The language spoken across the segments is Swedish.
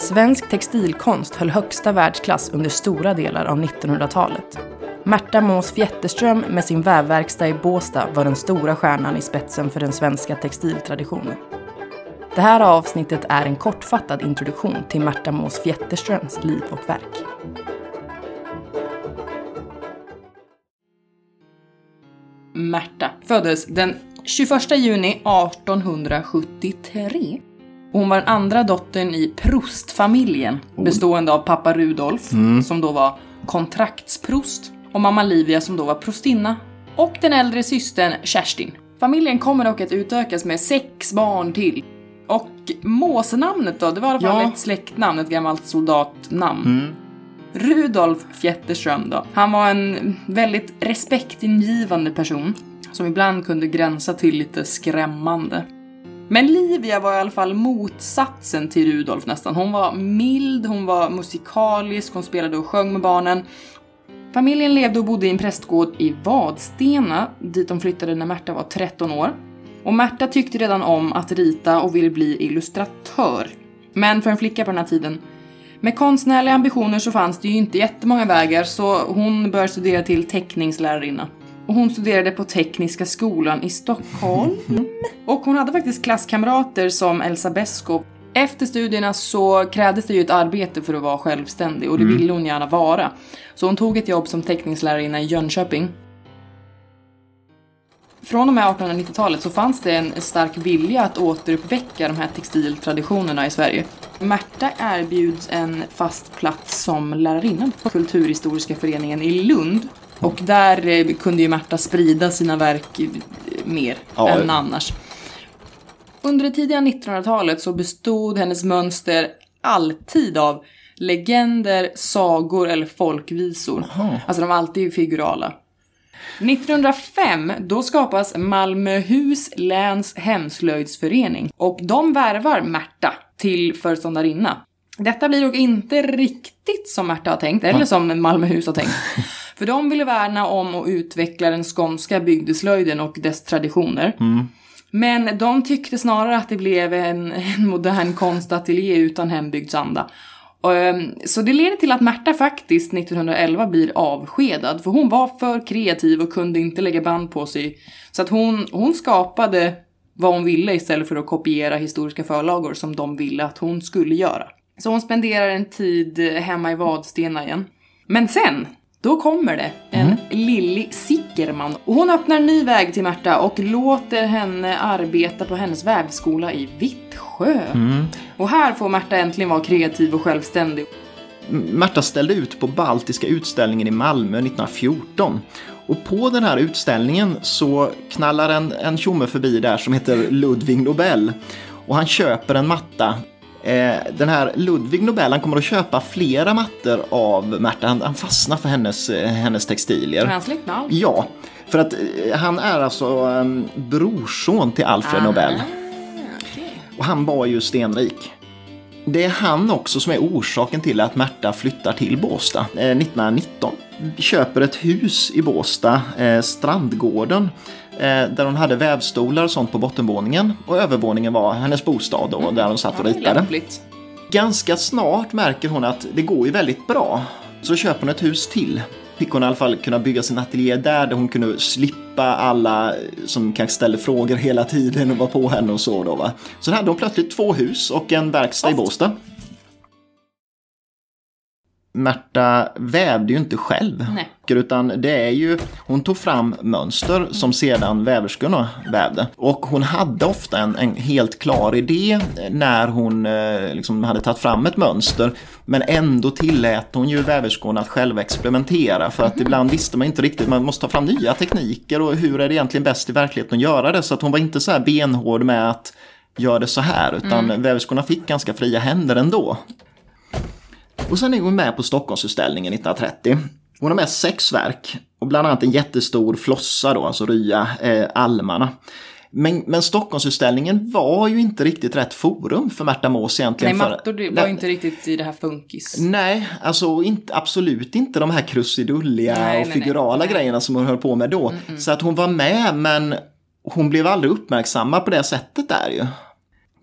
Svensk textilkonst höll högsta världsklass under stora delar av 1900-talet. Märta Mås Fjätterström med sin vävverkstad i Båstad var den stora stjärnan i spetsen för den svenska textiltraditionen. Det här avsnittet är en kortfattad introduktion till Märta Mås Fjätterströms liv och verk. Märta föddes den 21 juni 1873. Hon var den andra dottern i Prostfamiljen, bestående av pappa Rudolf, som då var kontraktsprost, och mamma Livia som då var prostinna, och den äldre systern Kerstin. Familjen kommer dock att utökas med 6 barn till. Och Måsenamnet då, det var i alla fall ett släktnamn, ett gammalt soldatnamn. Rudolf Fjätterström då, han var en väldigt respektingivande person som ibland kunde gränsa till lite skrämmande. Men Livia var i alla fall motsatsen till Rudolf nästan. Hon var mild, hon var musikalisk, hon spelade och sjöng med barnen. Familjen levde och bodde i en prästgård i Vadstena, dit de flyttade när Märta var 13 år. Och Märta tyckte redan om att rita och ville bli illustratör. Men för en flicka på den här tiden, med konstnärliga ambitioner, så fanns det ju inte jättemånga vägar, så hon började studera till teckningslärarinna. Och hon studerade på Tekniska skolan i Stockholm. Och hon hade faktiskt klasskamrater som Elsa Beskow. Efter studierna så krävdes det ju ett arbete för att vara självständig. Och det ville hon gärna vara. Så hon tog ett jobb som teckningslärarinna i Jönköping. Från och med 1890-talet så fanns det en stark vilja att återuppväcka de här textiltraditionerna i Sverige. Märta erbjuds en fast plats som lärarinna på Kulturhistoriska föreningen i Lund. Och där kunde ju Märta sprida sina verk mer än annars. Under det tidiga 1900-talet så bestod hennes mönster alltid av legender, sagor eller folkvisor. Alltså de var alltid figurala. 1905 då skapas Malmöhus läns hemslöjdsförening. Och de värvar Märta till föreståndarinna. Detta blir dock inte riktigt som Märta har tänkt, eller som Malmöhus har tänkt. För de ville värna om och utveckla den skånska bygdeslöjden och dess traditioner. Men de tyckte snarare att det blev en modern konstateljé utan hembygdsanda. Så det leder till att Märta faktiskt 1911 blir avskedad. För hon var för kreativ och kunde inte lägga band på sig. Så att hon skapade vad hon ville istället för att kopiera historiska förlagor som de ville att hon skulle göra. Så hon spenderar en tid hemma i Vadstena igen. Men sen, då kommer det en Lilli Sickerman. Och hon öppnar en ny väg till Märta och låter henne arbeta på hennes vävskola i Vittsjö. Och här får Märta äntligen vara kreativ och självständig. Märta ställde ut på Baltiska utställningen i Malmö 1914. Och på den här utställningen så knallar en tjomme förbi där som heter Ludvig Nobel. Och han köper en matta. Den här Ludvig Nobel, han kommer att köpa flera mattor av Märta. Han fastnar för hennes textilier. Är han släkt med Alfred? Ja, för att han är alltså brorson till Alfred Nobel. Okay. Och han var ju stenrik. Det är han också som är orsaken till att Märta flyttar till Båstad 1919. Köper ett hus i Båstad, Strandgården, där hon hade vävstolar och sånt på bottenvåningen. Och övervåningen var hennes bostad då, där hon satt och ritade. Ganska snart märker hon att det går ju väldigt bra. Så köper hon ett hus till. Fick hon i alla fall kunna bygga sin ateljé där hon kunde slippa alla som kanske ställer frågor hela tiden och var på henne och så då, va. Så hade hon plötsligt 2 hus och en verkstad i Båstad. Märta vävde ju inte själv. Nej. Utan det är ju, hon tog fram mönster som sedan väverskorna vävde. Och hon hade ofta en helt klar idé när hon liksom hade tagit fram ett mönster. Men ändå tillät hon ju väverskorna att själva experimentera. För att ibland visste man inte riktigt, man måste ta fram nya tekniker. Och hur är det egentligen bäst i verkligheten att göra det? Så att hon var inte så här benhård med att göra det så här. Utan väverskorna fick ganska fria händer ändå. Och sen är hon med på Stockholmsutställningen 1930. Hon har med 6 verk. Och bland annat en jättestor flossa då, alltså rya almarna. Men Stockholmsutställningen var ju inte riktigt rätt forum för Märta Mås egentligen. Nej, mattor var ju inte riktigt i det här funkis. Nej, alltså absolut inte de här krusidulliga och figurala grejerna som hon höll på med då. Så att hon var med, men hon blev aldrig uppmärksammad på det sättet där ju.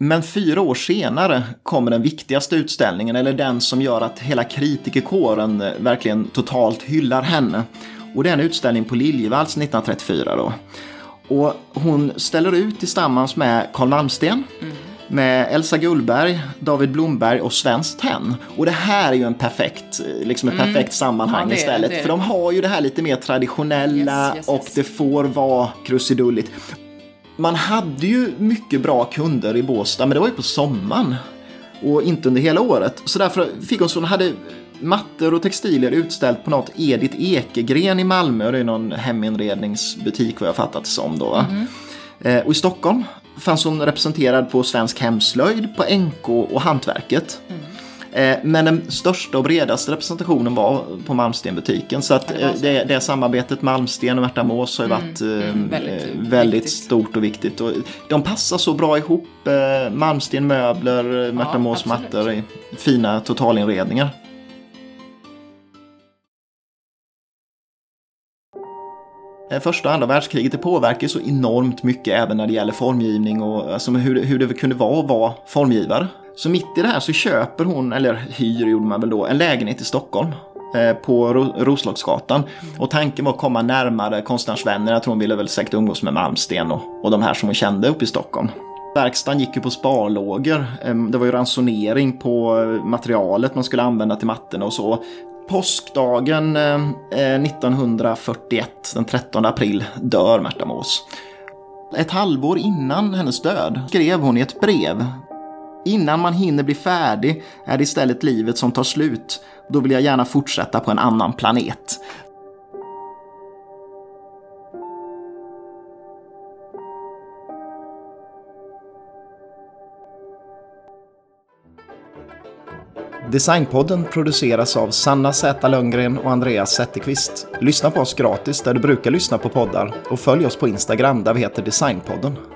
Men 4 år senare kommer den viktigaste utställningen, eller den som gör att hela kritikerkåren verkligen totalt hyllar henne. Och det är en utställning på Liljevalchs 1934 då. Och hon ställer ut tillsammans med Carl Malmsten, med Elsa Gullberg, David Blomberg och Sven Tenn. Och det här är ju en perfekt, liksom ett perfekt sammanhang istället. Det. För de har ju det här lite mer traditionella och det får vara krusidulligt. Man hade ju mycket bra kunder i Båstad, men det var ju på sommaren och inte under hela året. Så därför fick hon hade mattor och textilier utställt på något Edith Ekegren i Malmö. Det är någon heminredningsbutik vad jag fattat som då. Va? Och i Stockholm fanns hon representerad på Svensk Hemslöjd, på NK och Hantverket. Men den största och bredaste representationen var på Malmstenbutiken. Så att det samarbetet Malmsten och Märta Mås har ju varit väldigt stort och viktigt. Och de passar så bra ihop, Malmsten möbler, Märta Mås mattor i fina totalinredningar. Första och andra världskriget det påverkar så enormt mycket även när det gäller formgivning och alltså hur det kunde vara att vara formgivare. Så mitt i det här så köper hon, eller hyr gjorde man väl då, en lägenhet i Stockholm på Roslagsgatan. Och tanken var att komma närmare konstnärsvänner. Jag tror hon ville väl säkert umgås med Malmsten och de här som hon kände uppe i Stockholm. Verkstaden gick ju på sparlågor. Det var ju ransonering på materialet man skulle använda till mattorna och så. Påskdagen 1941, den 13 april, dör Märta Mås. Ett halvår innan hennes död skrev hon i ett brev: innan man hinner bli färdig är det istället livet som tar slut. Då vill jag gärna fortsätta på en annan planet. Designpodden produceras av Sanna Z. Lönngren och Andreas Zetterqvist. Lyssna på oss gratis där du brukar lyssna på poddar och följ oss på Instagram där vi heter Designpodden.